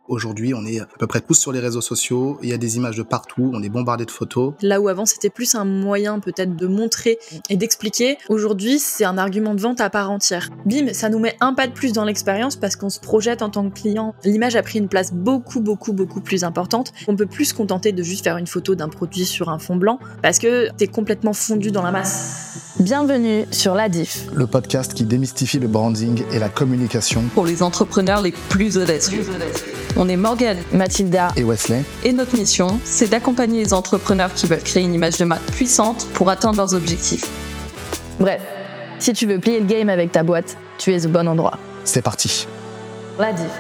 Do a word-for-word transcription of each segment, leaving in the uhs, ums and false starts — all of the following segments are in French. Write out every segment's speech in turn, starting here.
Aujourd'hui, on est à peu près tous sur les réseaux sociaux, il y a des images de partout, on est bombardé de photos. Là où avant c'était plus un moyen peut-être de montrer et d'expliquer, aujourd'hui c'est un argument de vente à part entière. Bim, ça nous met un pas de plus dans l'expérience parce qu'on se projette en tant que client. L'image a pris une place beaucoup beaucoup beaucoup plus importante. On peut plus se contenter de juste faire une photo d'un produit sur un fond blanc parce que t'es complètement fondu dans la masse. Bienvenue sur La Diff, Le podcast qui démystifie le branding et la communication pour les entrepreneurs les plus audacieux. On est Morgane, Mathilda et Wesley. Et notre mission, c'est d'accompagner les entrepreneurs qui veulent créer une image de marque puissante pour atteindre leurs objectifs. Bref, si tu veux plier le game avec ta boîte, tu es au bon endroit. C'est parti. La Diff.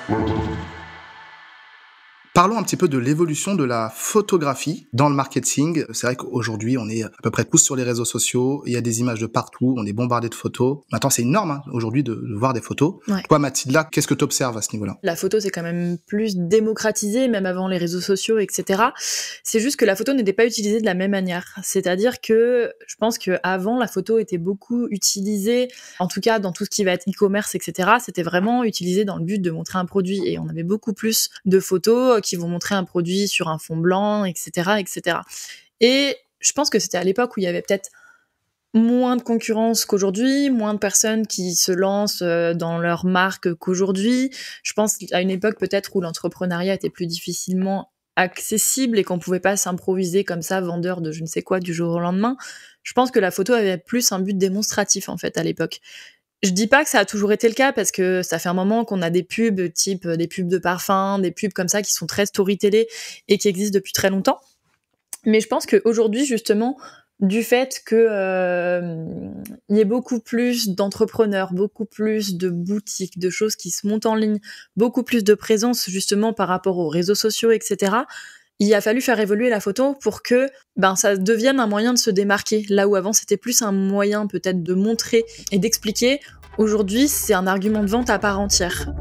Parlons un petit peu de l'évolution de la photographie dans le marketing. C'est vrai qu'aujourd'hui, on est à peu près tous sur les réseaux sociaux, il y a des images de partout, on est bombardé de photos. Maintenant, c'est une norme hein, aujourd'hui de, de voir des photos. Ouais. Toi, Mathilda, qu'est-ce que tu observes à ce niveau-là ? La photo, c'est quand même plus démocratisé, même avant les réseaux sociaux, et cetera. C'est juste que la photo n'était pas utilisée de la même manière. C'est-à-dire que je pense qu'avant, la photo était beaucoup utilisée, en tout cas dans tout ce qui va être e-commerce, et cetera. C'était vraiment utilisé dans le but de montrer un produit. Et on avait beaucoup plus de photos qui vont montrer un produit sur un fond blanc, et cetera, et cetera. Et je pense que c'était à l'époque où il y avait peut-être moins de concurrence qu'aujourd'hui, moins de personnes qui se lancent dans leur marque qu'aujourd'hui. Je pense à une époque peut-être où l'entrepreneuriat était plus difficilement accessible et qu'on pouvait pas s'improviser comme ça, vendeur de je ne sais quoi du jour au lendemain. Je pense que la photo avait plus un but démonstratif en fait à l'époque. Je dis pas que ça a toujours été le cas parce que ça fait un moment qu'on a des pubs type des pubs de parfum, des pubs comme ça qui sont très storytellées et qui existent depuis très longtemps. Mais je pense qu'aujourd'hui justement, du fait que euh, y ait beaucoup plus d'entrepreneurs, beaucoup plus de boutiques, de choses qui se montent en ligne, beaucoup plus de présence justement par rapport aux réseaux sociaux, et cetera. Il a fallu faire évoluer la photo pour que ben ça devienne un moyen de se démarquer. Là où avant c'était plus un moyen peut-être de montrer et d'expliquer, aujourd'hui c'est un argument de vente à part entière.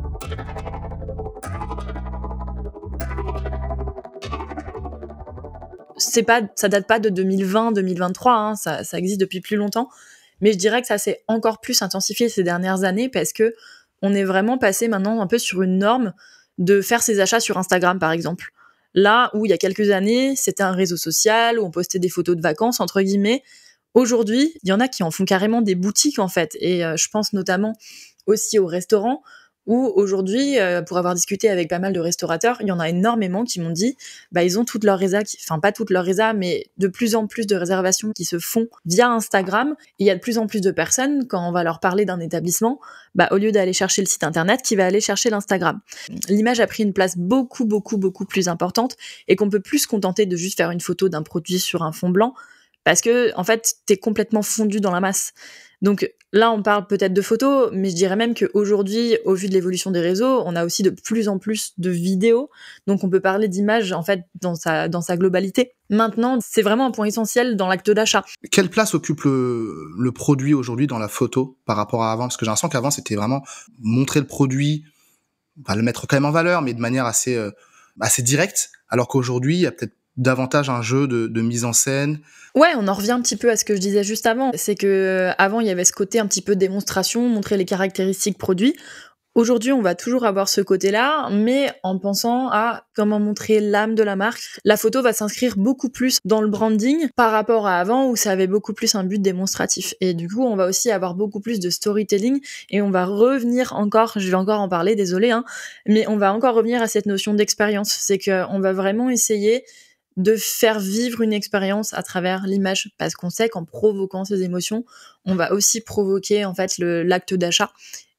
C'est pas, ça date pas de deux mille vingt, deux mille vingt-trois, hein, ça, ça existe depuis plus longtemps, mais je dirais que ça s'est encore plus intensifié ces dernières années parce que on est vraiment passé maintenant un peu sur une norme de faire ses achats sur Instagram par exemple. Là où il y a quelques années, c'était un réseau social où on postait des photos de vacances entre guillemets. Aujourd'hui, il y en a qui en font carrément des boutiques en fait, et euh, je pense notamment aussi aux restaurants. Où aujourd'hui, euh, pour avoir discuté avec pas mal de restaurateurs, il y en a énormément qui m'ont dit, bah ils ont toutes leurs résas, qui... enfin pas toutes leurs résas, mais de plus en plus de réservations qui se font via Instagram. Et il y a de plus en plus de personnes, quand on va leur parler d'un établissement, bah au lieu d'aller chercher le site internet, qui va aller chercher l'Instagram. L'image a pris une place beaucoup, beaucoup, beaucoup plus importante et qu'on peut plus se contenter de juste faire une photo d'un produit sur un fond blanc parce que en fait, t'es complètement fondu dans la masse. Donc là, on parle peut-être de photos, mais je dirais même qu'aujourd'hui, au vu de l'évolution des réseaux, on a aussi de plus en plus de vidéos. Donc on peut parler d'image en fait dans sa dans sa globalité. Maintenant, c'est vraiment un point essentiel dans l'acte d'achat. Quelle place occupe le, le produit aujourd'hui dans la photo par rapport à avant ? Parce que j'ai l'impression qu'avant, c'était vraiment montrer le produit, enfin, le mettre quand même en valeur, mais de manière assez euh, assez directe. Alors qu'aujourd'hui, il y a peut-être davantage un jeu de, de mise en scène. Ouais, on en revient un petit peu à ce que je disais juste avant. C'est que euh, avant il y avait ce côté un petit peu démonstration, montrer les caractéristiques produits. Aujourd'hui, on va toujours avoir ce côté-là, mais en pensant à comment montrer l'âme de la marque. La photo va s'inscrire beaucoup plus dans le branding par rapport à avant où ça avait beaucoup plus un but démonstratif. Et du coup, on va aussi avoir beaucoup plus de storytelling et on va revenir encore, je vais encore en parler, désolé, hein, mais on va encore revenir à cette notion d'expérience. C'est qu'on va vraiment essayer de faire vivre une expérience à travers l'image, parce qu'on sait qu'en provoquant ces émotions, on va aussi provoquer en fait le, l'acte d'achat.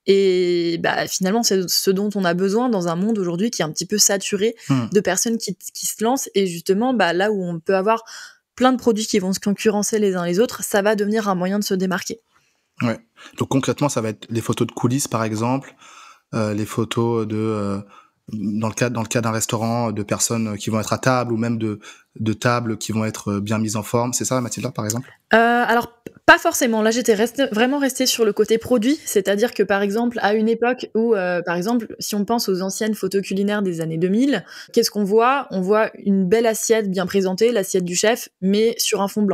Et bah, finalement, c'est ce dont on a besoin dans un monde aujourd'hui qui est un petit peu saturé mmh. de personnes qui, qui se lancent. Et justement, bah, là où on peut avoir plein de produits qui vont se concurrencer les uns les autres, ça va devenir un moyen de se démarquer. Ouais. Donc concrètement, ça va être les photos de coulisses, par exemple, euh, les photos de... Euh... dans le cas dans le cas d'un restaurant, de personnes qui vont être à table ou même de de tables qui vont être bien mises en forme, c'est ça Mathilda par exemple? Euh, alors pas forcément. Là j'étais restée, vraiment restée sur le côté produit, c'est-à-dire que par exemple à une époque où euh, par exemple si on pense aux anciennes photos culinaires des années deux mille, qu'est-ce qu'on voit? On voit une belle assiette bien présentée, l'assiette du chef, mais sur un fond blanc.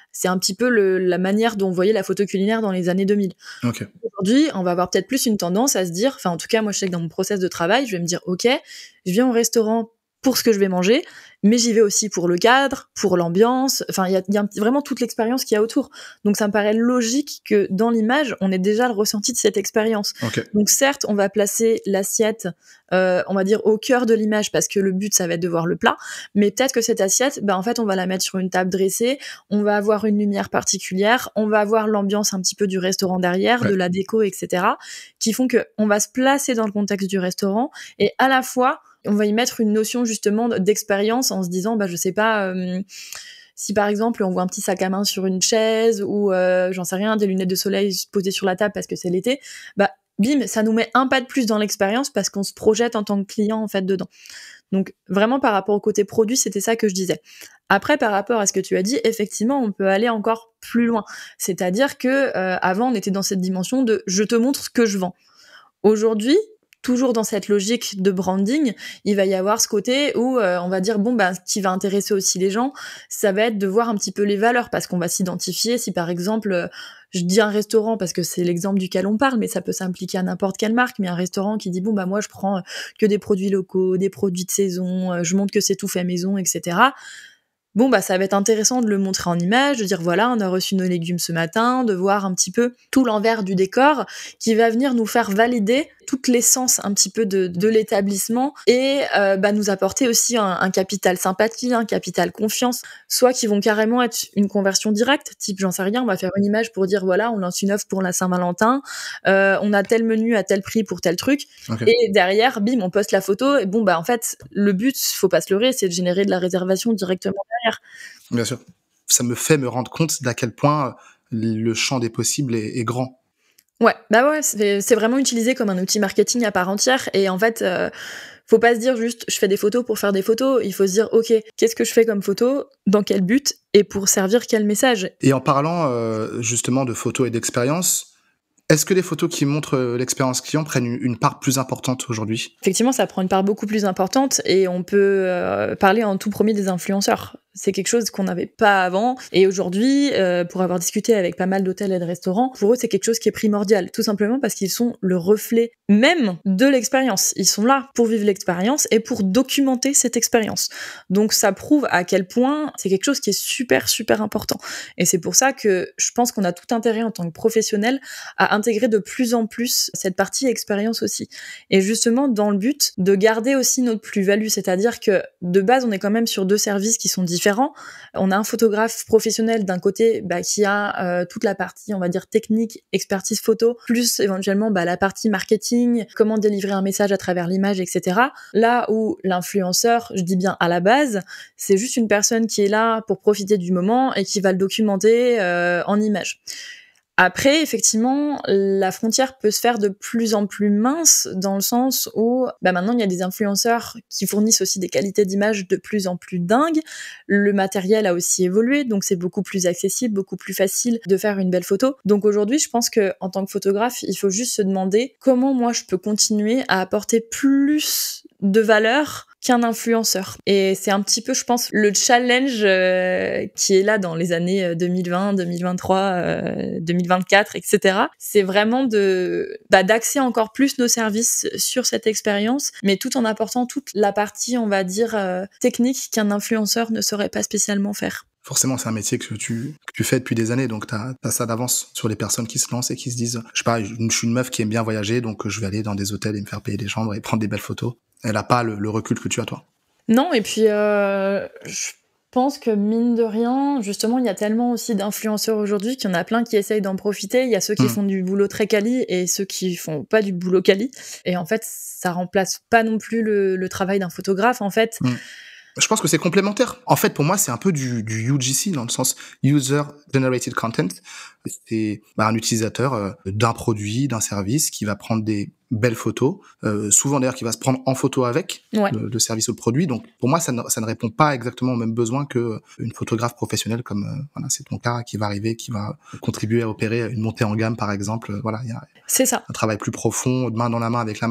C'est un petit peu le, la manière dont on voyait la photo culinaire dans les années deux mille. Ok. Aujourd'hui, on va avoir peut-être plus une tendance à se dire, enfin en tout cas moi je sais que dans mon process de travail, je vais me dire ok, je viens au restaurant pour ce que je vais manger, mais j'y vais aussi pour le cadre, pour l'ambiance, enfin il y a, y a vraiment toute l'expérience qu'il y a autour. Donc ça me paraît logique que dans l'image, on ait déjà le ressenti de cette expérience. Okay. Donc certes, on va placer l'assiette, euh, on va dire au cœur de l'image, parce que le but ça va être de voir le plat, mais peut-être que cette assiette, ben, en fait on va la mettre sur une table dressée, on va avoir une lumière particulière, on va avoir l'ambiance un petit peu du restaurant derrière, ouais. de la déco, et cetera, qui font que on va se placer dans le contexte du restaurant, et à la fois on va y mettre une notion justement d'expérience en se disant, bah je sais pas, euh, si par exemple on voit un petit sac à main sur une chaise ou euh, j'en sais rien, des lunettes de soleil posées sur la table parce que c'est l'été, bah bim, ça nous met un pas de plus dans l'expérience parce qu'on se projette en tant que client en fait dedans. Donc vraiment par rapport au côté produit, c'était ça que je disais. Après par rapport à ce que tu as dit, effectivement, on peut aller encore plus loin. C'est-à-dire que euh, avant on était dans cette dimension de je te montre ce que je vends. Aujourd'hui, toujours dans cette logique de branding, il va y avoir ce côté où euh, on va dire bon bah ce qui va intéresser aussi les gens, ça va être de voir un petit peu les valeurs parce qu'on va s'identifier. Si par exemple euh, je dis un restaurant parce que c'est l'exemple duquel on parle, mais ça peut s'impliquer à n'importe quelle marque, mais un restaurant qui dit bon bah moi je prends euh, que des produits locaux, des produits de saison, euh, je montre que c'est tout fait maison, et cetera. Bon, bah, ça va être intéressant de le montrer en image, de dire voilà, on a reçu nos légumes ce matin, de voir un petit peu tout l'envers du décor qui va venir nous faire valider toute l'essence un petit peu de, de l'établissement et euh, bah, nous apporter aussi un, un capital sympathie, un capital confiance, soit qui vont carrément être une conversion directe, type j'en sais rien, on va faire une image pour dire voilà, on lance une offre pour la Saint-Valentin, euh, on a tel menu à tel prix pour tel truc, okay. Et derrière, bim, on poste la photo, et bon, bah en fait, le but, faut pas se leurrer, c'est de générer de la réservation directement derrière. Bien sûr. Ça me fait me rendre compte d'à quel point le champ des possibles est, est grand. Ouais, bah ouais, c'est, c'est vraiment utilisé comme un outil marketing à part entière. Et en fait, euh, faut pas se dire juste je fais des photos pour faire des photos. Il faut se dire ok, qu'est-ce que je fais comme photo, dans quel but et pour servir quel message. Et en parlant euh, justement de photos et d'expérience, est-ce que les photos qui montrent l'expérience client prennent une part plus importante aujourd'hui ? Effectivement, ça prend une part beaucoup plus importante et on peut euh, parler en tout premier des influenceurs. C'est quelque chose qu'on n'avait pas avant. Et aujourd'hui, euh, pour avoir discuté avec pas mal d'hôtels et de restaurants, pour eux, c'est quelque chose qui est primordial. Tout simplement parce qu'ils sont le reflet même de l'expérience. Ils sont là pour vivre l'expérience et pour documenter cette expérience. Donc ça prouve à quel point c'est quelque chose qui est super, super important. Et c'est pour ça que je pense qu'on a tout intérêt en tant que professionnel à intégrer de plus en plus cette partie expérience aussi. Et justement, dans le but de garder aussi notre plus-value. C'est-à-dire que de base, on est quand même sur deux services qui sont différents. Différent. On a un photographe professionnel d'un côté bah, qui a euh, toute la partie, on va dire, technique, expertise photo, plus éventuellement bah, la partie marketing, comment délivrer un message à travers l'image, et cetera. Là où l'influenceur, je dis bien à la base, c'est juste une personne qui est là pour profiter du moment et qui va le documenter euh, en image. Après, effectivement, la frontière peut se faire de plus en plus mince dans le sens où bah maintenant, il y a des influenceurs qui fournissent aussi des qualités d'image de plus en plus dingues. Le matériel a aussi évolué, donc c'est beaucoup plus accessible, beaucoup plus facile de faire une belle photo. Donc aujourd'hui, je pense que en tant que photographe, il faut juste se demander comment moi je peux continuer à apporter plus de valeur qu'un influenceur. Et c'est un petit peu, je pense, le challenge euh, qui est là dans les années deux mille vingt, deux mille vingt-trois, euh, deux mille vingt-quatre, et cetera. C'est vraiment de bah, d'axer encore plus nos services sur cette expérience, mais tout en apportant toute la partie, on va dire, euh, technique qu'un influenceur ne saurait pas spécialement faire. Forcément, c'est un métier que tu, que tu fais depuis des années, donc t'as, t'as ça d'avance sur les personnes qui se lancent et qui se disent, je sais pas, je suis une meuf qui aime bien voyager, donc je vais aller dans des hôtels et me faire payer des chambres et prendre des belles photos. Elle a pas le, le recul que tu as, toi. Non, et puis euh, je pense que mine de rien, justement, il y a tellement aussi d'influenceurs aujourd'hui qu'il y en a plein qui essayent d'en profiter. Il y a ceux qui mmh. font du boulot très quali et ceux qui font pas du boulot quali. Et en fait, ça remplace pas non plus le, le travail d'un photographe, en fait. Mmh. Je pense que c'est complémentaire. En fait, pour moi, c'est un peu du, du U G C, dans le sens User Generated Content. C'est bah, un utilisateur euh, d'un produit, d'un service qui va prendre des belles photos, euh, souvent d'ailleurs qui va se prendre en photo avec ouais. le, le service ou le produit. Donc pour moi, ça ne, ça ne répond pas exactement aux mêmes besoins qu'une photographe professionnelle comme euh, voilà, c'est ton cas qui va arriver, qui va contribuer à opérer une montée en gamme, par exemple. Voilà, il y a c'est ça. un travail plus profond, de main dans la main avec la marque.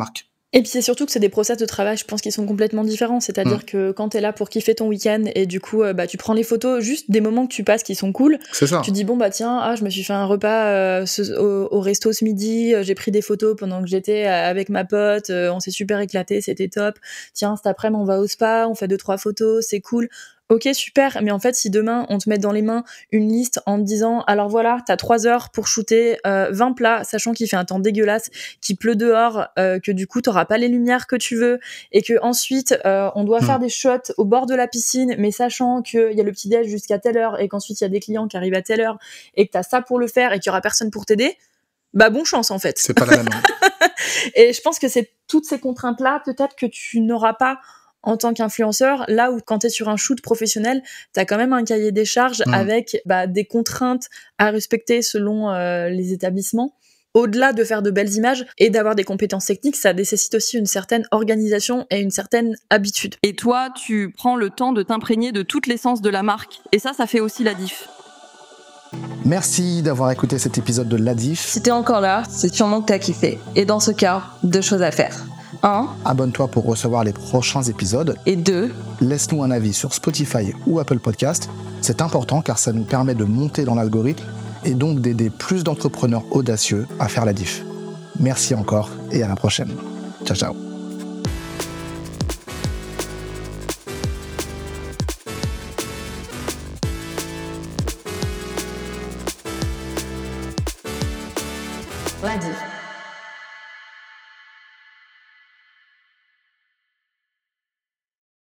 Et puis c'est surtout que c'est des process de travail, je pense, qui sont complètement différents. C'est-à-dire Mmh. que quand t'es là pour kiffer ton week-end et du coup, euh, bah, tu prends les photos, juste des moments que tu passes qui sont cool. C'est ça. Tu dis bon bah tiens, ah je me suis fait un repas euh, ce- au, au resto ce midi, euh, j'ai pris des photos pendant que j'étais euh, avec ma pote, euh, on s'est super éclaté, c'était top. Tiens, cet après-midi on va au spa, on fait deux trois photos, c'est cool. Ok, super, mais en fait, si demain on te met dans les mains une liste en te disant alors voilà, t'as trois heures pour shooter euh, vingt plats, sachant qu'il fait un temps dégueulasse, qu'il pleut dehors, euh, que du coup t'auras pas les lumières que tu veux, et que ensuite euh, on doit Hmm. faire des shots au bord de la piscine, mais sachant qu'il y a le petit déj jusqu'à telle heure, et qu'ensuite il y a des clients qui arrivent à telle heure, et que t'as ça pour le faire, et qu'il y aura personne pour t'aider, bah bon chance en fait. C'est pas la même. Et je pense que c'est toutes ces contraintes-là, peut-être que tu n'auras pas en tant qu'influenceur, là où quand tu es sur un shoot professionnel, tu as quand même un cahier des charges Mmh. avec bah, des contraintes à respecter selon euh, les établissements. Au-delà de faire de belles images et d'avoir des compétences techniques, ça nécessite aussi une certaine organisation et une certaine habitude. Et toi, tu prends le temps de t'imprégner de toute l'essence de la marque. Et ça, ça fait aussi la diff. Merci d'avoir écouté cet épisode de La Diff. Si t'es encore là, c'est sûrement que t'as kiffé. Et dans ce cas, deux choses à faire. Un, Abonne-toi pour recevoir les prochains épisodes. et deux, Laisse-nous un avis sur Spotify ou Apple Podcast. C'est important car ça nous permet de monter dans l'algorithme et donc d'aider plus d'entrepreneurs audacieux à faire la diff. Merci encore et à la prochaine. Ciao, ciao. la diff.